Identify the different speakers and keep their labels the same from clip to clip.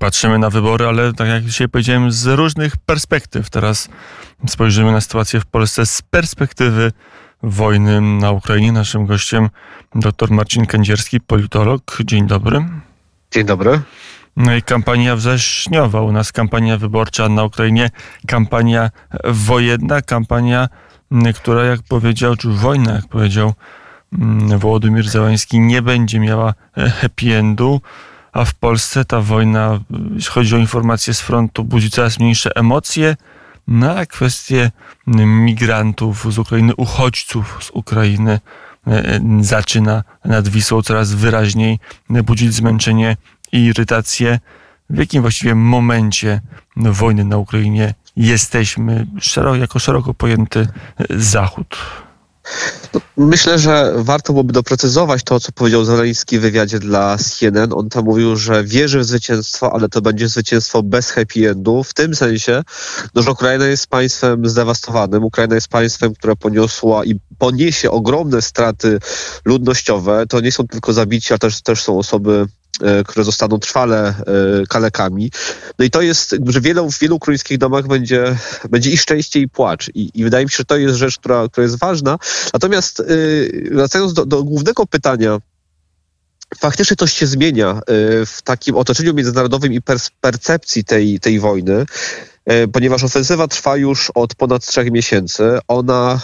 Speaker 1: Patrzymy na wybory, ale tak jak dzisiaj powiedziałem, z różnych perspektyw. Teraz spojrzymy na sytuację w Polsce z perspektywy wojny na Ukrainie. Naszym gościem dr Marcin Kędzierski, politolog. Dzień dobry.
Speaker 2: Dzień dobry.
Speaker 1: No i kampania wrześniowa u nas, kampania wyborcza na Ukrainie, kampania wojenna, kampania, która jak powiedział, czy wojna, jak powiedział Wołodymyr Zełański, nie będzie miała happy endu, a w Polsce ta wojna, jeśli chodzi o informacje z frontu, budzi coraz mniejsze emocje, no a kwestie migrantów z Ukrainy, uchodźców z Ukrainy zaczyna nad Wisłą coraz wyraźniej budzić zmęczenie i irytację. W jakim właściwie momencie wojny na Ukrainie jesteśmy jako szeroko pojęty Zachód?
Speaker 2: Myślę, że warto byłoby doprecyzować to, co powiedział Zełański w wywiadzie dla CNN. On tam mówił, że wierzy w zwycięstwo, ale to będzie zwycięstwo bez happy endu. W tym sensie, że Ukraina jest państwem zdewastowanym. Ukraina jest państwem, które poniosła i poniesie ogromne straty ludnościowe. To nie są tylko zabici, ale też są osoby, które zostaną trwale kalekami. No i to jest, że w wielu ukraińskich domach będzie i szczęście, i płacz. I wydaje mi się, że to jest rzecz, która jest ważna. Natomiast wracając do głównego pytania, faktycznie coś się zmienia w takim otoczeniu międzynarodowym i percepcji tej wojny, ponieważ ofensywa trwa już od ponad 3 miesięcy. Ona,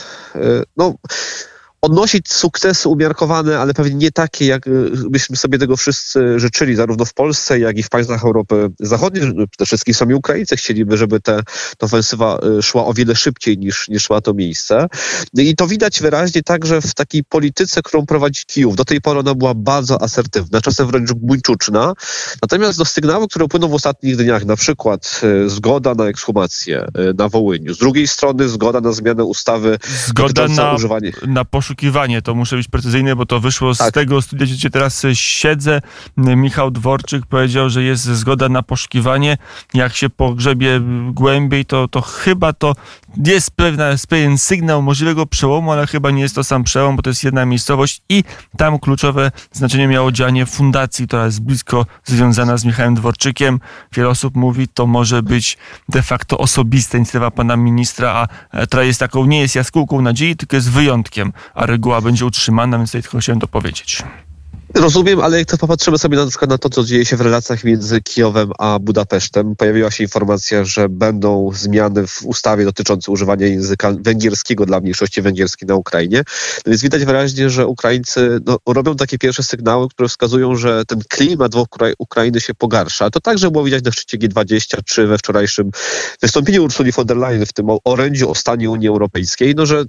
Speaker 2: odnosić sukcesy umiarkowane, ale pewnie nie takie, jak byśmy sobie tego wszyscy życzyli, zarówno w Polsce, jak i w państwach Europy Zachodniej. Przede wszystkim sami Ukraińcy chcieliby, żeby ta ofensywa szła o wiele szybciej niż ma to miejsce. I to widać wyraźnie także w takiej polityce, którą prowadzi Kijów. Do tej pory ona była bardzo asertywna, czasem wręcz buńczuczna. Natomiast sygnały, które płyną w ostatnich dniach, na przykład zgoda na ekshumację na Wołyniu, z drugiej strony zgoda na zmianę ustawy,
Speaker 1: zgoda na poszukiwanie, to muszę być precyzyjny, bo to wyszło z tego studia, gdzie teraz siedzę. Michał Dworczyk powiedział, że jest zgoda na poszukiwanie. Jak się pogrzebie głębiej, to chyba to jest pewien sygnał możliwego przełomu, ale chyba nie jest to sam przełom, bo to jest jedna miejscowość i tam kluczowe znaczenie miało działanie fundacji, która jest blisko związana z Michałem Dworczykiem. Wiele osób mówi, to może być de facto osobista inicjatywa pana ministra, która jest taką, nie jest jaskółką nadziei, tylko jest wyjątkiem, a reguła będzie utrzymana, więc tutaj tylko chciałem to powiedzieć.
Speaker 2: Rozumiem, ale jak to popatrzymy sobie na przykład na to, co dzieje się w relacjach między Kijowem a Budapesztem, pojawiła się informacja, że będą zmiany w ustawie dotyczące używania języka węgierskiego dla mniejszości węgierskiej na Ukrainie. No więc widać wyraźnie, że Ukraińcy robią takie pierwsze sygnały, które wskazują, że ten klimat wokół Ukrainy się pogarsza. To także było widać na szczycie G20 czy we wczorajszym wystąpieniu Ursuli von der Leyen w tym orędziu o stanie Unii Europejskiej, że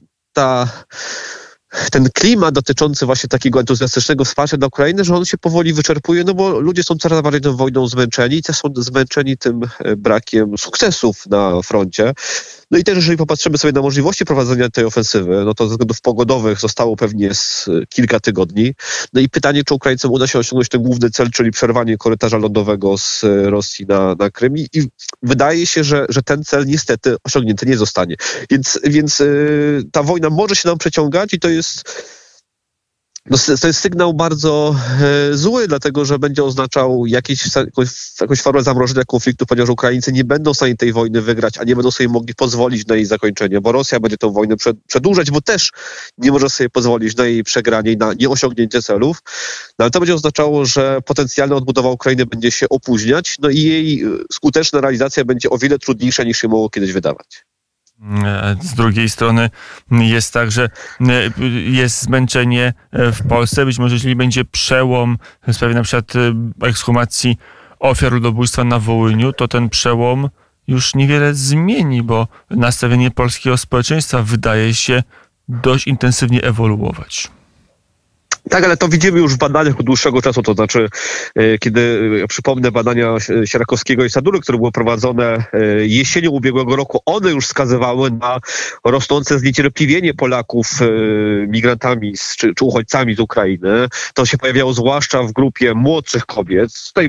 Speaker 2: ten klimat dotyczący właśnie takiego entuzjastycznego wsparcia dla Ukrainy, że on się powoli wyczerpuje, bo ludzie są coraz bardziej tą wojną zmęczeni i też są zmęczeni tym brakiem sukcesów na froncie. No i też jeżeli popatrzymy sobie na możliwości prowadzenia tej ofensywy, to ze względów pogodowych zostało pewnie kilka tygodni. No i pytanie, czy Ukraińcom uda się osiągnąć ten główny cel, czyli przerwanie korytarza lądowego z Rosji na Krym. I wydaje się, że ten cel niestety osiągnięty nie zostanie. Więc ta wojna może się nam przeciągać i to jest sygnał bardzo zły, dlatego że będzie oznaczał jakąś formę zamrożenia konfliktu, ponieważ Ukraińcy nie będą w stanie tej wojny wygrać, a nie będą sobie mogli pozwolić na jej zakończenie, bo Rosja będzie tę wojnę przedłużać, bo też nie może sobie pozwolić na jej przegranie i na nieosiągnięcie celów. No, ale to będzie oznaczało, że potencjalna odbudowa Ukrainy będzie się opóźniać, i jej skuteczna realizacja będzie o wiele trudniejsza, niż się mogło kiedyś wydawać.
Speaker 1: Z drugiej strony jest tak, że jest zmęczenie w Polsce. Być może jeśli będzie przełom w sprawie na przykład ekshumacji ofiar ludobójstwa na Wołyniu, to ten przełom już niewiele zmieni, bo nastawienie polskiego społeczeństwa wydaje się dość intensywnie ewoluować.
Speaker 2: Tak, ale to widzimy już w badaniach od dłuższego czasu, to znaczy, kiedy przypomnę badania Sierakowskiego i Sadury, które były prowadzone jesienią ubiegłego roku, one już wskazywały na rosnące zniecierpliwienie Polaków migrantami czy uchodźcami z Ukrainy. To się pojawiało zwłaszcza w grupie młodszych kobiet. Tutaj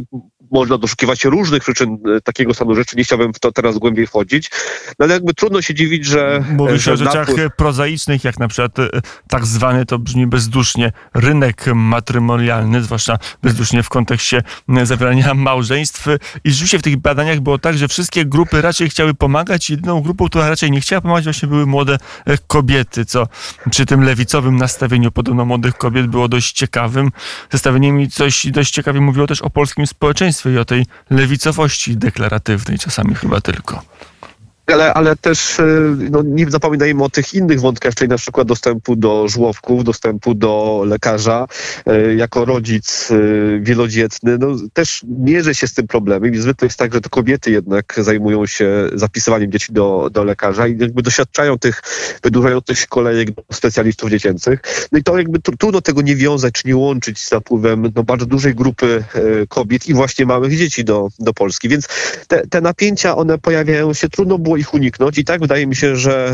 Speaker 2: można doszukiwać się różnych przyczyn takiego stanu rzeczy, nie chciałbym w to teraz głębiej wchodzić, no ale jakby trudno się dziwić, że...
Speaker 1: Mówi się o rzeczach prozaicznych, jak na przykład tak zwany, to brzmi bezdusznie, rynek matrymonialny, zwłaszcza bezdusznie w kontekście zawierania małżeństw. I rzeczywiście w tych badaniach było tak, że wszystkie grupy raczej chciały pomagać. Jedyną grupą, która raczej nie chciała pomagać, właśnie były młode kobiety, co przy tym lewicowym nastawieniu podobno młodych kobiet było dość ciekawym zestawieniem i coś dość ciekawie mówiło też o polskim społeczeństwie i o tej lewicowości deklaratywnej czasami chyba tylko.
Speaker 2: Ale też nie zapominajmy o tych innych wątkach, czyli na przykład dostępu do żłobków, dostępu do lekarza. Jako rodzic wielodzietny też mierzę się z tym problemem i zwykle jest tak, że to kobiety jednak zajmują się zapisywaniem dzieci do lekarza i jakby doświadczają tych wydłużających się kolejek do specjalistów dziecięcych. No i to jakby trudno tego nie wiązać, czy nie łączyć z napływem bardzo dużej grupy kobiet i właśnie małych dzieci do Polski. Więc te napięcia, one pojawiają się, trudno było ich uniknąć i tak wydaje mi się, że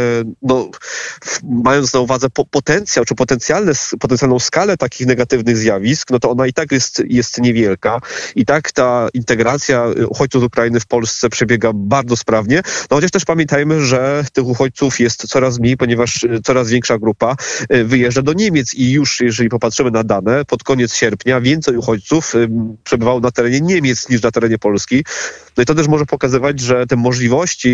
Speaker 2: mając na uwadze potencjał, czy potencjalną skalę takich negatywnych zjawisk, no to ona i tak jest niewielka. I tak ta integracja uchodźców z Ukrainy w Polsce przebiega bardzo sprawnie. No chociaż też pamiętajmy, że tych uchodźców jest coraz mniej, ponieważ coraz większa grupa wyjeżdża do Niemiec i już, jeżeli popatrzymy na dane, pod koniec sierpnia więcej uchodźców przebywało na terenie Niemiec niż na terenie Polski. No i to też może pokazywać, że te możliwości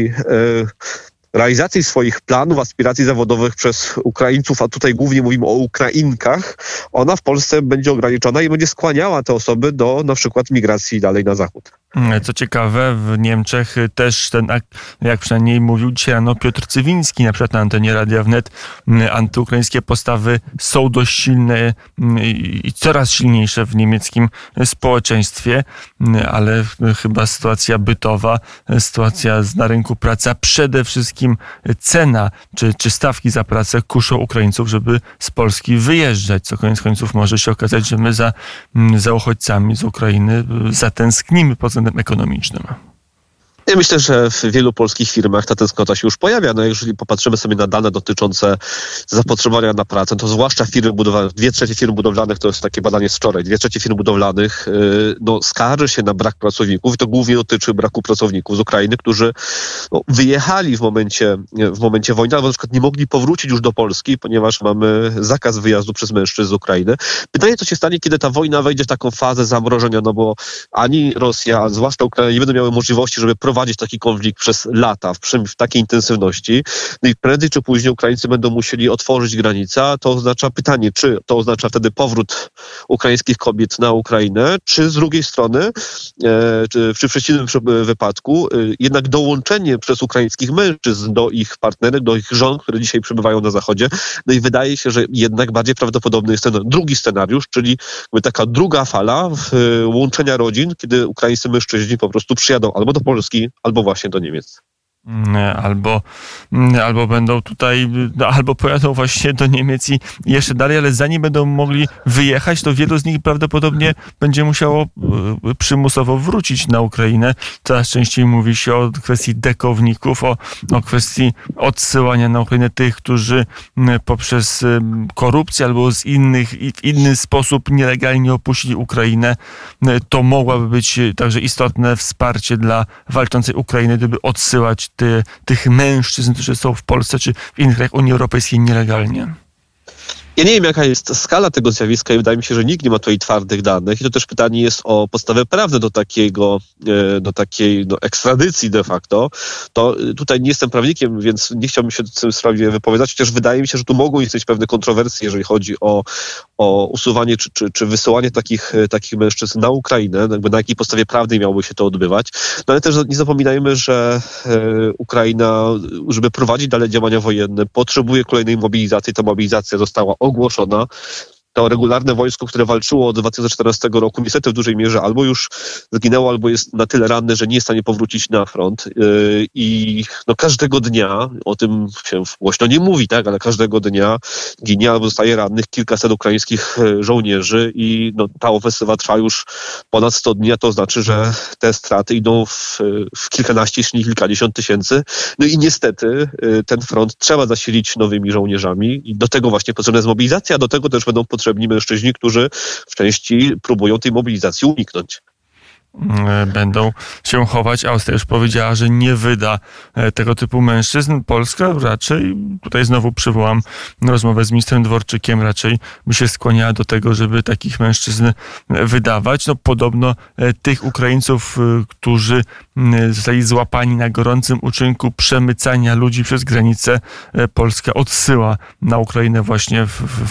Speaker 2: realizacji swoich planów, aspiracji zawodowych przez Ukraińców, a tutaj głównie mówimy o Ukrainkach, ona w Polsce będzie ograniczona i będzie skłaniała te osoby do na przykład migracji dalej na zachód.
Speaker 1: Co ciekawe, w Niemczech też jak przynajmniej mówił dzisiaj rano Piotr Cywiński, na przykład na antenie Radia Wnet, antyukraińskie postawy są dość silne i coraz silniejsze w niemieckim społeczeństwie, ale chyba sytuacja bytowa, sytuacja na rynku pracy, a przede wszystkim cena czy stawki za pracę kuszą Ukraińców, żeby z Polski wyjeżdżać, co koniec końców może się okazać, że my za uchodźcami z Ukrainy zatęsknimy pod względem ekonomicznym.
Speaker 2: Ja myślę, że w wielu polskich firmach ta tęsknota się już pojawia. No jeżeli popatrzymy sobie na dane dotyczące zapotrzebowania na pracę, to zwłaszcza firmy budowlane, 2/3 firm budowlanych, to jest takie badanie z wczoraj, 2/3 firm budowlanych skarży się na brak pracowników i to głównie dotyczy braku pracowników z Ukrainy, którzy wyjechali w momencie wojny, albo na przykład nie mogli powrócić już do Polski, ponieważ mamy zakaz wyjazdu przez mężczyzn z Ukrainy. Pytanie, co się stanie, kiedy ta wojna wejdzie w taką fazę zamrożenia, no bo ani Rosja, a zwłaszcza Ukraina nie będą miały możliwości, żeby prowadzić taki konflikt przez lata w takiej intensywności. No i prędzej czy później Ukraińcy będą musieli otworzyć granice. To oznacza pytanie, czy to oznacza wtedy powrót ukraińskich kobiet na Ukrainę, czy z drugiej strony, czy w przeciwnym wypadku, jednak dołączenie przez ukraińskich mężczyzn do ich partnerek, do ich żon, które dzisiaj przebywają na Zachodzie. No i wydaje się, że jednak bardziej prawdopodobny jest ten drugi scenariusz, czyli taka druga fala łączenia rodzin, kiedy ukraińscy mężczyźni po prostu przyjadą albo do Polski, albo właśnie do Niemiec.
Speaker 1: Albo będą tutaj, albo pojadą właśnie do Niemiec i jeszcze dalej, ale zanim będą mogli wyjechać, to wielu z nich prawdopodobnie będzie musiało przymusowo wrócić na Ukrainę. Coraz częściej mówi się o kwestii dekowników, o kwestii odsyłania na Ukrainę tych, którzy poprzez korupcję albo w inny sposób nielegalnie opuścili Ukrainę. To mogłaby być także istotne wsparcie dla walczącej Ukrainy, gdyby odsyłać tych mężczyzn, którzy są w Polsce czy w innych krajach Unii Europejskiej nielegalnie.
Speaker 2: Ja nie wiem, jaka jest skala tego zjawiska i wydaje mi się, że nikt nie ma tutaj twardych danych. I to też pytanie jest o podstawę prawne do takiej ekstradycji de facto. To tutaj nie jestem prawnikiem, więc nie chciałbym się w tym sprawie wypowiadać, chociaż wydaje mi się, że tu mogą istnieć pewne kontrowersje, jeżeli chodzi o usuwanie czy wysyłanie takich mężczyzn na Ukrainę, jakby na jakiej podstawie prawnej miałoby się to odbywać. No ale też nie zapominajmy, że Ukraina, żeby prowadzić dalej działania wojenne, potrzebuje kolejnej mobilizacji. Ta mobilizacja została ogłoszona. To regularne wojsko, które walczyło od 2014 roku, niestety w dużej mierze albo już zginęło, albo jest na tyle ranne, że nie jest w stanie powrócić na front. I każdego dnia, o tym się głośno nie mówi, tak, ale każdego dnia ginie albo zostaje rannych kilkaset ukraińskich żołnierzy i ta ofensywa trwa już ponad 100 dni, a to znaczy, że te straty idą w kilkanaście, jeśli nie kilkadziesiąt tysięcy. No i niestety ten front trzeba zasilić nowymi żołnierzami i do tego właśnie potrzebna jest mobilizacja, a do tego też będą potrzebni mężczyźni, którzy w części próbują tej mobilizacji uniknąć.
Speaker 1: będą się chować. Austria już powiedziała, że nie wyda tego typu mężczyzn. Polska raczej, tutaj znowu przywołam rozmowę z ministrem Dworczykiem, raczej by się skłaniała do tego, żeby takich mężczyzn wydawać. No podobno tych Ukraińców, którzy zostali złapani na gorącym uczynku przemycania ludzi przez granicę, Polska odsyła na Ukrainę właśnie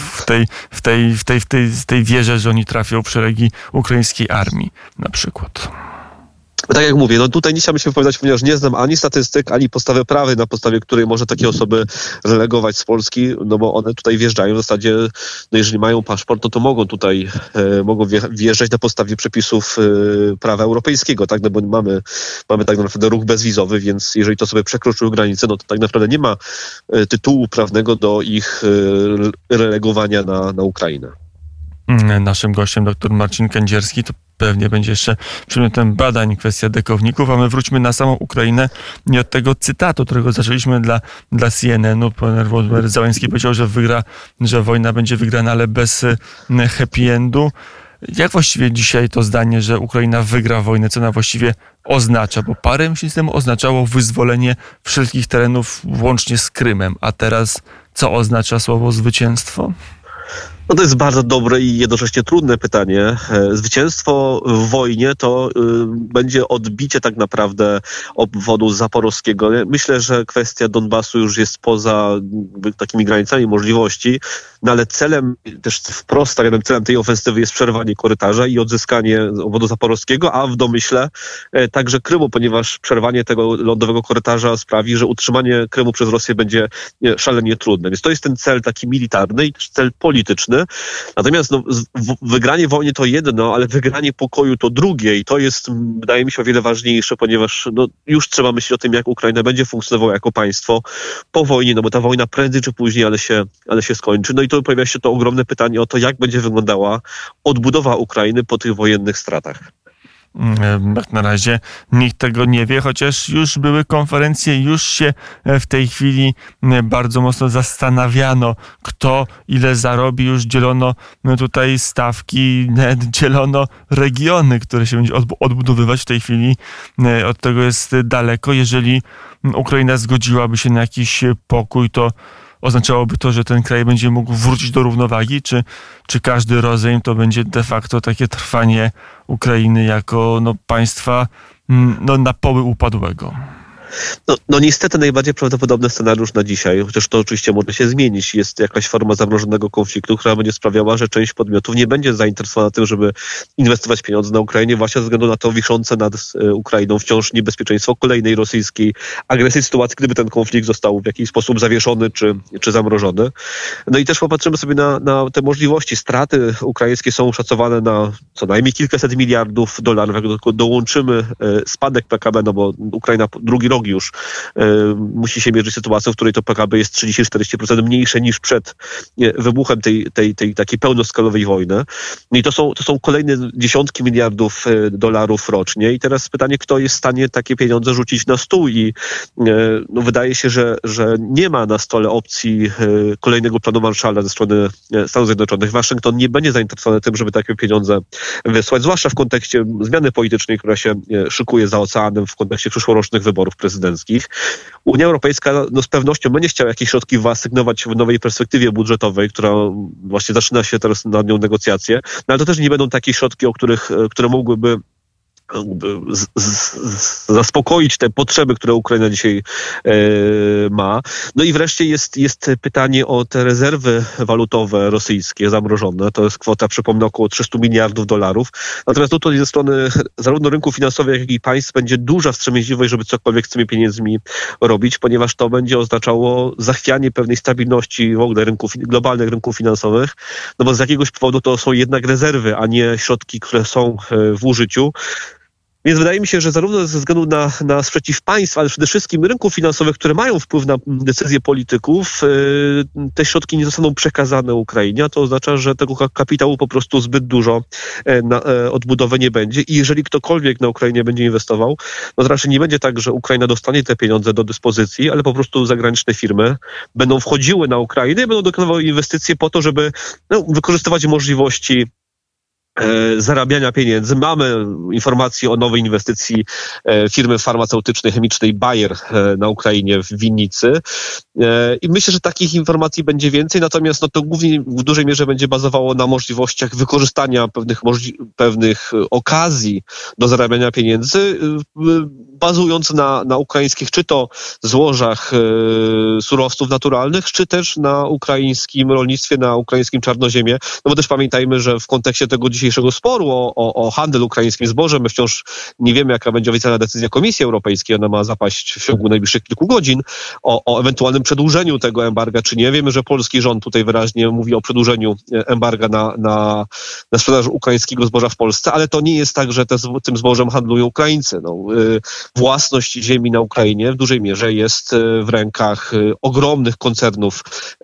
Speaker 1: w tej wierze, że oni trafią w szeregi ukraińskiej armii na przykład.
Speaker 2: Tak jak mówię, no tutaj nie chciałbym się wypowiadać, ponieważ nie znam ani statystyk, ani podstawy prawej, na podstawie której może takie osoby relegować z Polski, no bo one tutaj wjeżdżają w zasadzie, no jeżeli mają paszport, no to mogą tutaj wjeżdżać na podstawie przepisów prawa europejskiego, tak, no bo mamy tak naprawdę ruch bezwizowy, więc jeżeli to sobie przekroczyły granicę, no to tak naprawdę nie ma tytułu prawnego do ich relegowania na Ukrainę.
Speaker 1: Naszym gościem dr Marcin Kędzierski, to pewnie będzie jeszcze przedmiotem badań kwestia dekowników, a my wróćmy na samą Ukrainę i od tego cytatu, którego zaczęliśmy dla CNN-u. Pan Załęski powiedział, że wojna będzie wygrana, ale bez happy endu. Jak właściwie dzisiaj to zdanie, że Ukraina wygra wojnę, co ona właściwie oznacza? Bo parę miesięcy temu oznaczało wyzwolenie wszelkich terenów łącznie z Krymem, a teraz co oznacza słowo zwycięstwo?
Speaker 2: No to jest bardzo dobre i jednocześnie trudne pytanie. Zwycięstwo w wojnie to będzie odbicie tak naprawdę obwodu zaporowskiego. Myślę, że kwestia Donbasu już jest poza takimi granicami możliwości, no ale celem, też wprost stawianym celem tej ofensywy jest przerwanie korytarza i odzyskanie obwodu zaporowskiego, a w domyśle także Krymu, ponieważ przerwanie tego lądowego korytarza sprawi, że utrzymanie Krymu przez Rosję będzie szalenie trudne. Więc to jest ten cel taki militarny i też cel polityczny. Natomiast wygranie wojny to jedno, ale wygranie pokoju to drugie i to jest, wydaje mi się, o wiele ważniejsze, ponieważ już trzeba myśleć o tym, jak Ukraina będzie funkcjonowała jako państwo po wojnie, no bo ta wojna prędzej czy później, ale się skończy. No i to pojawia się to ogromne pytanie o to, jak będzie wyglądała odbudowa Ukrainy po tych wojennych stratach.
Speaker 1: Jak na razie nikt tego nie wie, chociaż już były konferencje, już się w tej chwili bardzo mocno zastanawiano, kto ile zarobi, już dzielono tutaj stawki, nawet dzielono regiony, które się będzie odbudowywać w tej chwili. Od tego jest daleko. Jeżeli Ukraina zgodziłaby się na jakiś pokój, to oznaczałoby to, że ten kraj będzie mógł wrócić do równowagi, czy każdy rozejm to będzie de facto takie trwanie Ukrainy jako państwa na poły upadłego?
Speaker 2: No niestety najbardziej prawdopodobny scenariusz na dzisiaj, chociaż to oczywiście może się zmienić, jest jakaś forma zamrożonego konfliktu, która będzie sprawiała, że część podmiotów nie będzie zainteresowana tym, żeby inwestować pieniądze na Ukrainie, właśnie ze względu na to wiszące nad Ukrainą wciąż niebezpieczeństwo kolejnej rosyjskiej agresji w sytuacji, gdyby ten konflikt został w jakiś sposób zawieszony czy zamrożony. No i też popatrzymy sobie na te możliwości. Straty ukraińskie są szacowane na co najmniej kilkaset miliardów dolarów. Jak dołączymy spadek PKB, no bo Ukraina drugi rok już musi się mierzyć sytuacją, w której to PKB jest 30-40% mniejsze niż przed wybuchem tej takiej pełnoskalowej wojny. No i to są kolejne dziesiątki miliardów dolarów rocznie. I teraz pytanie, kto jest w stanie takie pieniądze rzucić na stół i wydaje się, że nie ma na stole opcji kolejnego planu Marshalla ze strony Stanów Zjednoczonych. Waszyngton nie będzie zainteresowany tym, żeby takie pieniądze wysłać, zwłaszcza w kontekście zmiany politycznej, która się szykuje za oceanem w kontekście przyszłorocznych wyborów prezydenckich. Unia Europejska z pewnością będzie chciała jakieś środki wyasygnować w nowej perspektywie budżetowej, która właśnie zaczyna się teraz nad nią negocjacje, no ale to też nie będą takie środki, które mogłyby zaspokoić te potrzeby, które Ukraina dzisiaj ma. No i wreszcie jest pytanie o te rezerwy walutowe rosyjskie zamrożone. To jest kwota, przypomnę, około 300 miliardów dolarów. Natomiast tutaj ze strony zarówno rynku finansowego, jak i państw będzie duża wstrzemięźliwość, żeby cokolwiek z tymi pieniędzmi robić, ponieważ to będzie oznaczało zachwianie pewnej stabilności w ogóle globalnych rynków finansowych, no bo z jakiegoś powodu to są jednak rezerwy, a nie środki, które są w użyciu. Więc wydaje mi się, że zarówno ze względu na sprzeciw państw, ale przede wszystkim rynków finansowych, które mają wpływ na decyzje polityków, te środki nie zostaną przekazane Ukrainie, a to oznacza, że tego kapitału po prostu zbyt dużo na odbudowę nie będzie. I jeżeli ktokolwiek na Ukrainie będzie inwestował, no to raczej nie będzie tak, że Ukraina dostanie te pieniądze do dyspozycji, ale po prostu zagraniczne firmy będą wchodziły na Ukrainę i będą dokonywały inwestycje po to, żeby wykorzystywać możliwości zarabiania pieniędzy. Mamy informacje o nowej inwestycji firmy farmaceutycznej, chemicznej Bayer na Ukrainie w Winnicy. I myślę, że takich informacji będzie więcej, natomiast to głównie w dużej mierze będzie bazowało na możliwościach wykorzystania pewnych okazji do zarabiania pieniędzy, bazując na ukraińskich czy to złożach surowców naturalnych, czy też na ukraińskim rolnictwie, na ukraińskim czarnoziemie. No bo też pamiętajmy, że w kontekście tego dzisiejszego sporu o handel ukraińskim zbożem, my wciąż nie wiemy, jaka będzie oficjalna decyzja Komisji Europejskiej, ona ma zapaść w ciągu najbliższych kilku godzin, o ewentualnym przedłużeniu tego embarga, czy nie. Wiemy, że polski rząd tutaj wyraźnie mówi o przedłużeniu embarga na sprzedaż ukraińskiego zboża w Polsce, ale to nie jest tak, że tym zbożem handlują Ukraińcy. Własność ziemi na Ukrainie w dużej mierze jest w rękach ogromnych koncernów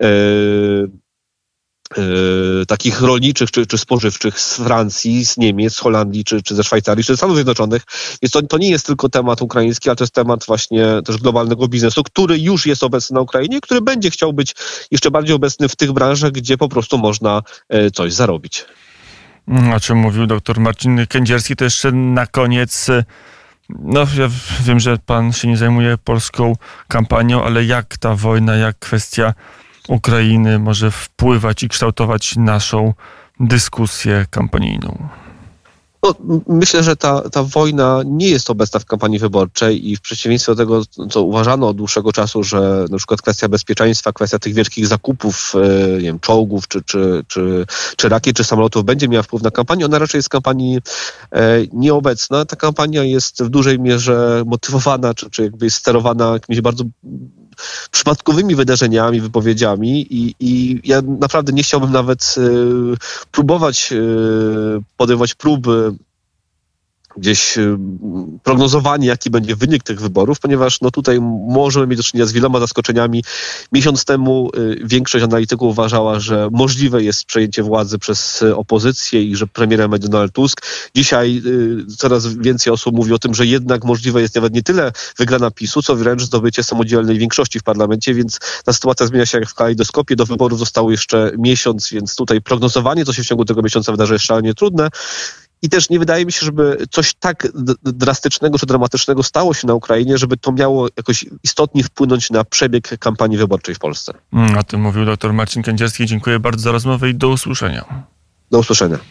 Speaker 2: takich rolniczych czy spożywczych z Francji, z Niemiec, z Holandii, czy ze Szwajcarii, czy ze Stanów Zjednoczonych. To nie jest tylko temat ukraiński, ale to jest temat właśnie też globalnego biznesu, który już jest obecny na Ukrainie, który będzie chciał być jeszcze bardziej obecny w tych branżach, gdzie po prostu można coś zarobić.
Speaker 1: O czym mówił dr Marcin Kędzierski, to jeszcze na koniec. Ja wiem, że pan się nie zajmuje polską kampanią, ale jak ta wojna, jak kwestia Ukrainy może wpływać i kształtować naszą dyskusję kampanijną?
Speaker 2: Myślę, że ta wojna nie jest obecna w kampanii wyborczej i w przeciwieństwie do tego, co uważano od dłuższego czasu, że na przykład kwestia bezpieczeństwa, kwestia tych wielkich zakupów, nie wiem, czołgów, czy rakiet, czy samolotów będzie miała wpływ na kampanię, ona raczej jest w kampanii nieobecna. Ta kampania jest w dużej mierze motywowana, czy jakby jest sterowana jakimiś bardzo przypadkowymi wydarzeniami, wypowiedziami i ja naprawdę nie chciałbym nawet próbować podejmować próby gdzieś prognozowanie, jaki będzie wynik tych wyborów, ponieważ tutaj możemy mieć do czynienia z wieloma zaskoczeniami. Miesiąc temu większość analityków uważała, że możliwe jest przejęcie władzy przez opozycję i że premierem będzie Donald Tusk. Dzisiaj coraz więcej osób mówi o tym, że jednak możliwe jest nawet nie tyle wygrana PiS-u, co wręcz zdobycie samodzielnej większości w parlamencie, więc ta sytuacja zmienia się jak w kalejdoskopie. Do wyborów zostało jeszcze miesiąc, więc tutaj prognozowanie, co się w ciągu tego miesiąca wydarzy, jest szalenie trudne. I też nie wydaje mi się, żeby coś tak drastycznego czy dramatycznego stało się na Ukrainie, żeby to miało jakoś istotnie wpłynąć na przebieg kampanii wyborczej w Polsce.
Speaker 1: O tym mówił dr Marcin Kędzierski. Dziękuję bardzo za rozmowę i do usłyszenia.
Speaker 2: Do usłyszenia.